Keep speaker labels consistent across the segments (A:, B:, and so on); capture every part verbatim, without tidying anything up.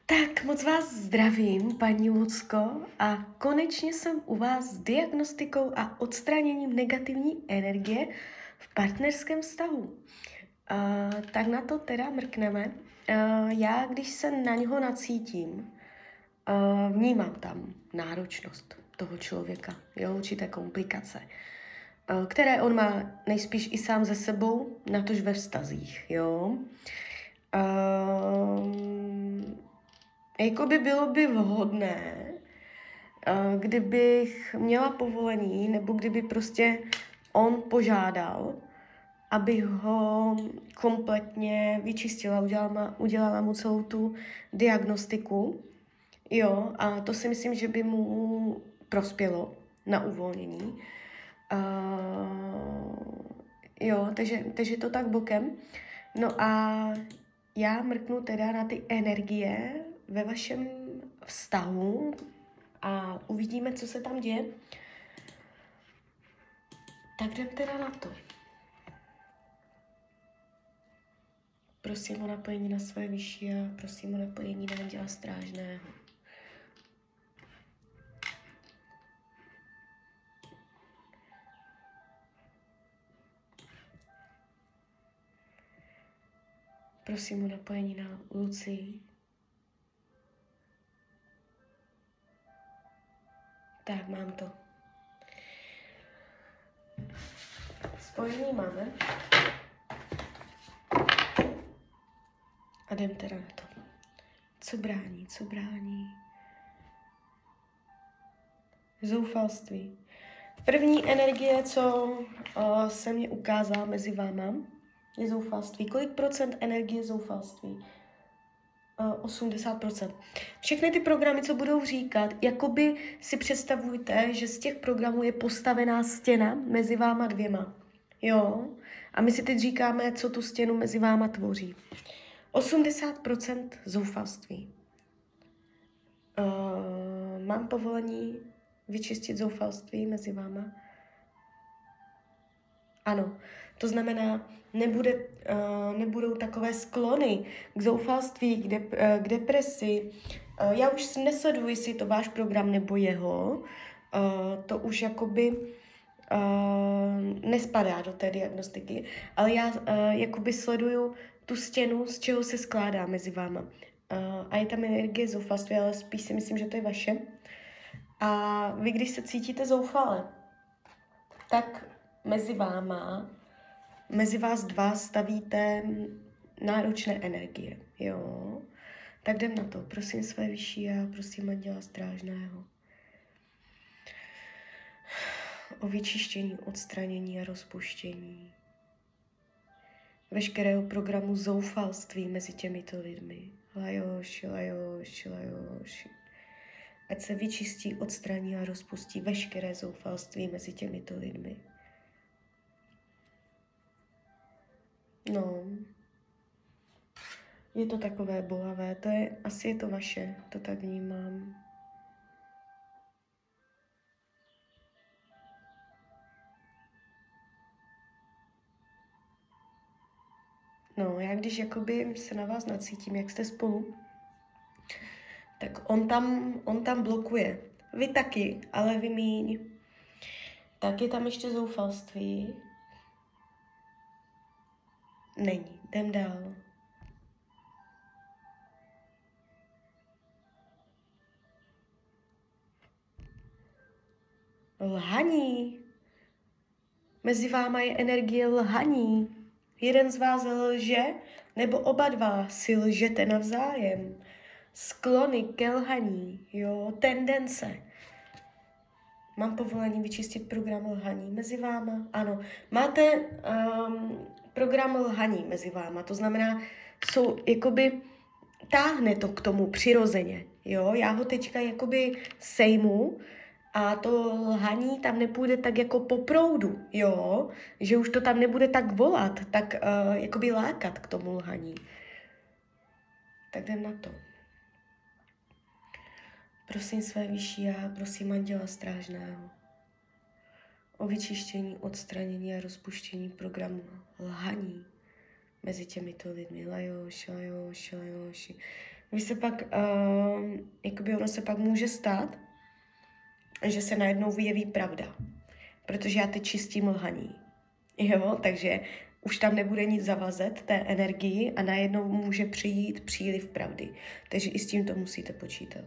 A: Tak moc vás zdravím, paní Lucko, a konečně jsem u vás s diagnostikou a odstraněním negativní energie v partnerském vztahu. Uh, tak na to teda mrkneme. Uh, já, když se na něho nacítím, uh, vnímám tam náročnost toho člověka, jo, určité komplikace, uh, které on má nejspíš i sám ze sebou, natož ve vztazích, jo. Uh, Jakoby bylo by vhodné, kdybych měla povolení, nebo kdyby prostě on požádal, abych ho kompletně vyčistila, udělala, udělala mu celou tu diagnostiku. Jo, a to si myslím, že by mu prospělo na uvolnění. Uh, jo, takže, takže to tak bokem. No a já mrknu teda na ty energie ve vašem vztahu a uvidíme, co se tam děje. Tak jdem teda na to. Prosím o napojení na své vyšší a prosím o napojení na anděla strážného. Prosím o napojení na Lucii. Tak, mám to. Spojení máme. A jdem teda na to. Co brání, co brání? Zoufalství. První energie, co uh, se mě ukázala mezi váma, je zoufalství. Kolik procent energie zoufalství? Uh, osmdesát procent. Všechny ty programy, co budou říkat, jakoby si představujte, že z těch programů je postavená stěna mezi váma dvěma. Jo? A my si teď říkáme, co tu stěnu mezi váma tvoří. osmdesát procent zoufalství. Uh, mám povolení vyčistit zoufalství mezi váma? Ano. To znamená, nebude, uh, nebudou takové sklony k zoufalství, k, dep- uh, k depresi. Uh, já už nesleduji, jestli to váš program nebo jeho. Uh, to už jakoby uh, nespadá do té diagnostiky, ale já uh, jakoby sleduju tu stěnu, z čeho se skládá mezi váma. Uh, a je tam energie zoufalství, ale spíš si myslím, že to je vaše. A vy, když se cítíte zoufale, tak mezi váma Mezi vás dva stavíte náročné energie, jo? Tak jdem na to. Prosím své vyšší a prosím anděla strážného o vyčištění, odstranění a rozpuštění veškerého programu zoufalství mezi těmito lidmi. Lajoši, lajoši, lajoši. Ať se vyčistí, odstraní a rozpustí veškeré zoufalství mezi těmito lidmi. No, je to takové bolavé, to je, asi je to vaše, to tak vnímám. No, já když jakoby se na vás nacítím, jak jste spolu, tak on tam, on tam blokuje. Vy taky, ale vy míň. Tak je tam ještě zoufalství. Není, jdem dál. Lhaní. Mezi váma je energie lhaní. Jeden z vás lže, nebo oba dva si lžete navzájem. Sklony ke lhaní, jo, tendence. Mám povolení vyčistit program lhaní mezi váma? Ano. Máte um, program lhaní mezi váma, to znamená, jsou jakoby, táhne to k tomu přirozeně, jo. Já ho teďka jakoby sejmu a to lhaní tam nepůjde tak jako po proudu, jo. Že už to tam nebude tak volat, tak uh, jakoby lákat k tomu lhaní. Tak jdem na to. Prosím své vyšší a prosím anděla strážného o vyčištění, odstranění a rozpuštění programu lhaní mezi těmito lidmi. Lajoši, lajoši, lajoši. vy se pak, uh, jakoby ono se pak může stát, že se najednou vyjeví pravda. Protože já teď čistím lhaní. Jo, takže už tam nebude nic zavazet té energii a najednou může přijít příliv pravdy. Takže i s tím to musíte počítat.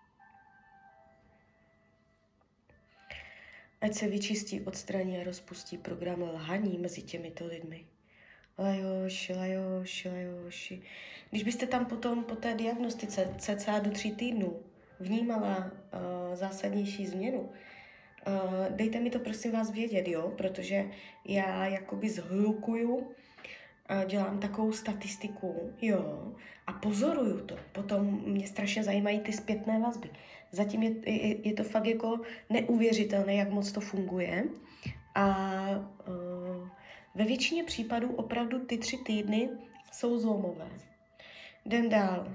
A: Ať se vyčistí, odstraní a rozpustí program lhaní mezi těmito lidmi. Lajoši, lajoši, lajoši. Když byste tam potom po té diagnostice cca do tří týdnů vnímala uh, zásadnější změnu, uh, dejte mi to prosím vás vědět, jo, protože já jakoby zhlukuju, uh, dělám takovou statistiku, jo, a pozoruju to. Potom mě strašně zajímají ty zpětné vazby. Zatím je, je, je to fakt jako neuvěřitelné, jak moc to funguje. A uh, ve většině případů opravdu ty tři týdny jsou zlomové. Jdem dál.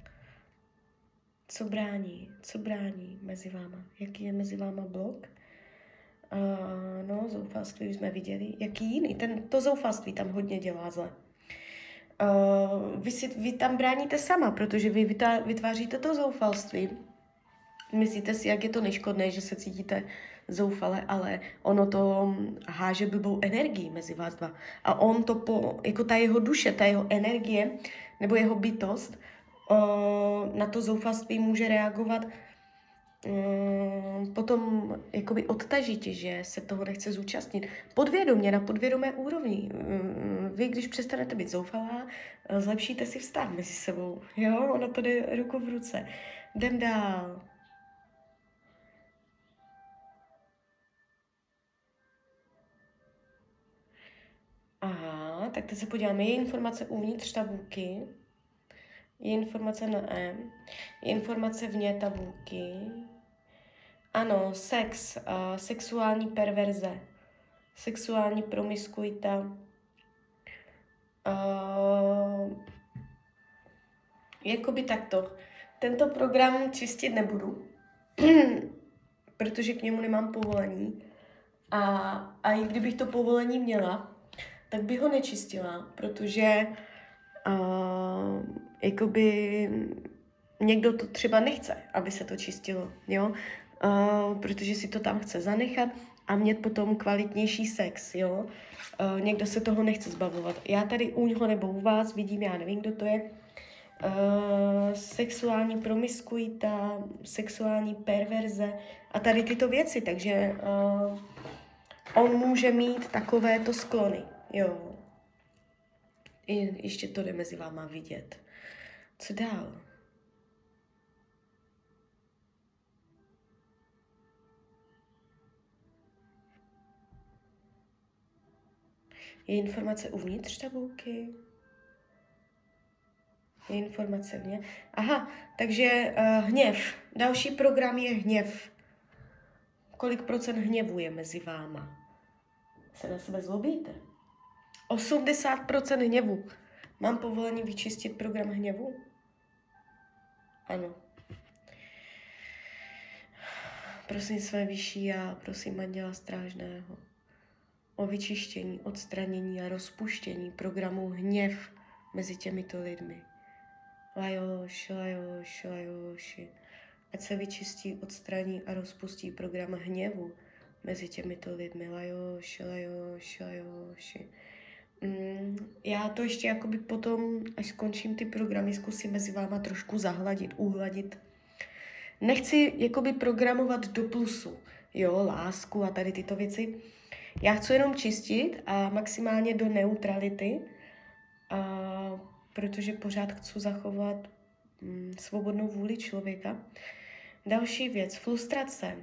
A: Co brání? Co brání mezi váma? Jaký je mezi váma blok? Uh, no, zoufalství už jsme viděli. Jaký jiný? Ten, to zoufalství tam hodně dělá zle. Uh, vy, si, vy tam bráníte sama, protože vy vytváříte to zoufalství. Myslíte si, jak je to neškodné, že se cítíte zoufale, ale ono to háže blbou energii mezi vás dva. A on to po, jako ta jeho duše, ta jeho energie, nebo jeho bytost, o, na to zoufalství může reagovat o, potom jakoby odtažitě, že se toho nechce zúčastnit. Podvědomě, na podvědomé úrovni. Vy, když přestanete být zoufalá, zlepšíte si vztah mezi sebou. Jo, ono to jde ruku v ruce. Jdem dál. Aha, tak teď se podíváme. Je informace uvnitř tabulky, je informace na M, je informace vně tabulky. Ano, sex, uh, sexuální perverze, sexuální promiskuita. Uh, jakoby takto. Tento program čistit nebudu, protože k němu nemám povolení. A, a i kdybych to povolení měla, tak bych ho nečistila, protože uh, jakoby někdo to třeba nechce, aby se to čistilo, jo, uh, protože si to tam chce zanechat a mít potom kvalitnější sex, jo. Uh, někdo se toho nechce zbavovat. Já tady u něho nebo u vás vidím, já nevím, kdo to je, uh, sexuální promiskuita, sexuální perverze a tady tyto věci, takže uh, on může mít takovéto sklony. Jo. I ještě to jde mezi váma vidět. Co dál? Je informace uvnitř tabulky? Je informace vně? Aha, takže uh, hněv. Další program je hněv. Kolik procent hněvu je mezi váma? Se na sebe zlobíte? osmdesát procent hněvu. Mám povolení vyčistit program hněvu? Ano. Prosím své vyšší a prosím Anděla Strážného o vyčištění, odstranění a rozpuštění programu hněv mezi těmito lidmi. Lajoši, lajoši, lajoši. Ať se vyčistí, odstraní a rozpustí program hněvu mezi těmito lidmi. Lajoši, lajoši, lajoši. Mm, já to ještě jakoby potom, až skončím ty programy, zkusím mezi váma trošku zahladit, uhladit. Nechci jakoby programovat do plusu, jo, lásku a tady tyto věci. Já chci jenom čistit a maximálně do neutrality, a, protože pořád chci zachovat mm, svobodnou vůli člověka. Další věc, frustrace.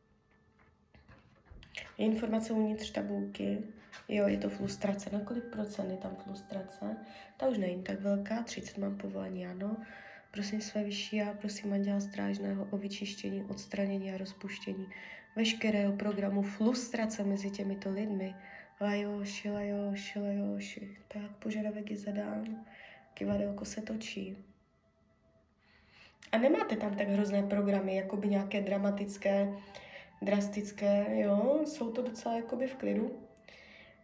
A: Je informace uvnitř tabulky. Jo, je to frustrace. Na kolik procent je tam frustrace? Ta už není tak velká, třicet mám povolení, ano. Prosím své vyšší a prosím Anděla Strážného o vyčištění, odstranění a rozpuštění veškerého programu frustrace mezi těmito lidmi. Lajoši, lajoši, lajoši. Tak, požadavek je zadán. Kivadelko se točí. A nemáte tam tak hrozné programy, jakoby nějaké dramatické, drastické, jo? Jsou to docela jakoby v klidu.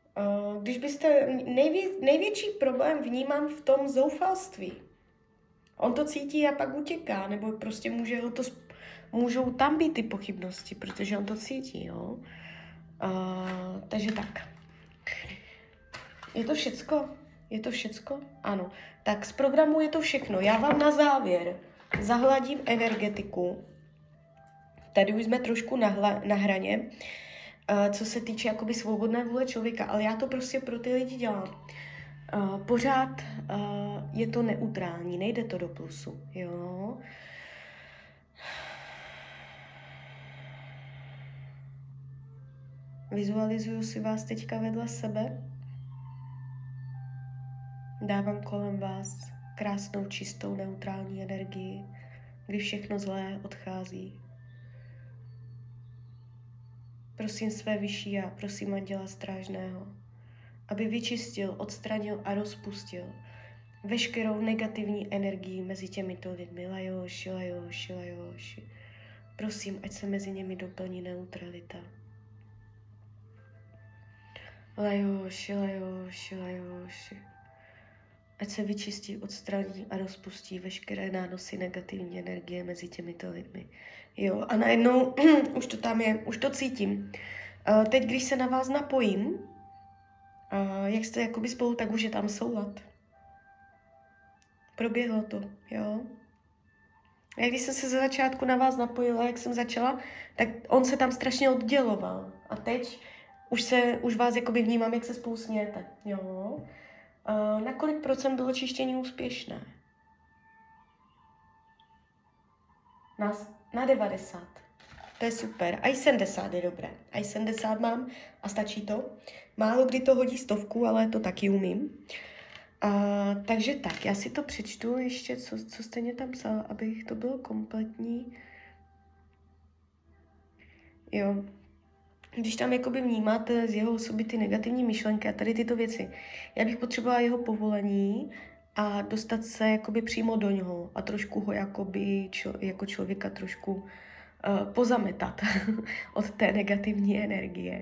A: Když byste, nejvě, největší problém vnímám v tom zoufalství. On to cítí a pak utěká, nebo prostě může ho to, můžou tam být ty pochybnosti, protože on to cítí, jo. Uh, takže tak. Je to všecko? Je to všecko? Ano. Tak z programu je to všechno. Já vám na závěr zahladím energetiku. Tady už jsme trošku na, hla, na hraně, uh, co se týče jakoby svobodné vůle člověka, ale já to prostě pro ty lidi dělám. Uh, pořád uh, je to neutrální, nejde to do plusu, jo. Vizualizuju si vás teďka vedle sebe. Dávám kolem vás krásnou, čistou, neutrální energii, kdy všechno zlé odchází. Prosím své vyšší já, prosím Anděla Strážného, aby vyčistil, odstranil a rozpustil veškerou negativní energii mezi těmito lidmi. Lajoši, lajoši, lajoši. Prosím, ať se mezi nimi doplní neutralita. Lajoši, lajoši, lajoši. Ať se vyčistí, odstraní a rozpustí veškeré nánosy negativní energie mezi těmito lidmi. Jo, a najednou už to tam je, už to cítím. Uh, teď, když se na vás napojím, uh, jak jste jakoby spolu, tak už je tam soulad. Proběhlo to, jo. A když jsem se za začátku na vás napojila, jak jsem začala, tak on se tam strašně odděloval. A teď už, se, už vás jakoby vnímám, jak se spolu smějete, jo. Uh, na kolik procent bylo čištění úspěšné? Na, na devadesát. To je super. A i sedmdesát je dobré. A i sedmdesát mám a stačí to. Málo kdy to hodí stovku, ale to taky umím. Uh, takže tak, já si to přečtu ještě, co, co jste mě tam psal, abych to bylo kompletní. Jo. Když tam jakoby vnímáte z jeho osoby ty negativní myšlenky a tady tyto věci, já bych potřebovala jeho povolení a dostat se jakoby přímo do něho a trošku ho jakoby čo, jako člověka trošku uh, pozametat od té negativní energie.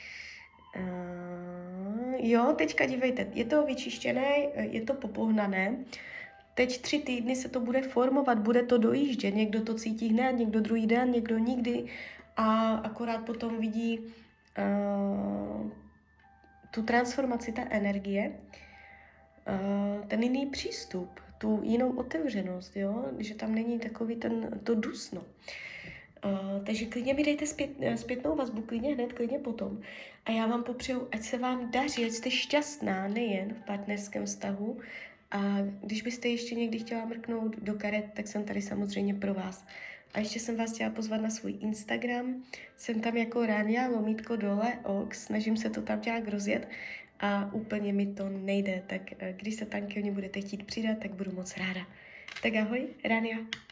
A: Uh, jo, teďka dívejte, je to vyčištěné, je to popohnané. Teď tři týdny se to bude formovat, bude to dojíždět. Někdo to cítí hned, někdo druhý den, někdo nikdy. A akorát potom vidí uh, tu transformaci té energie, uh, ten jiný přístup, tu jinou otevřenost, jo? Že tam není takový ten, to dusno. Uh, takže klidně mi dejte zpět, zpětnou vazbu, klidně hned, klidně potom. A já vám popřeju, ať se vám daří, ať jste šťastná nejen v partnerském vztahu. A když byste ještě někdy chtěla mrknout do karet, tak jsem tady samozřejmě pro vás. A ještě jsem vás chtěla pozvat na svůj Instagram. Jsem tam jako Rania, lomítko dole, ox. Snažím se to tam nějak rozjet a úplně mi to nejde. Tak když se tam ke mně budete chtít přidat, tak budu moc ráda. Tak ahoj, Rania.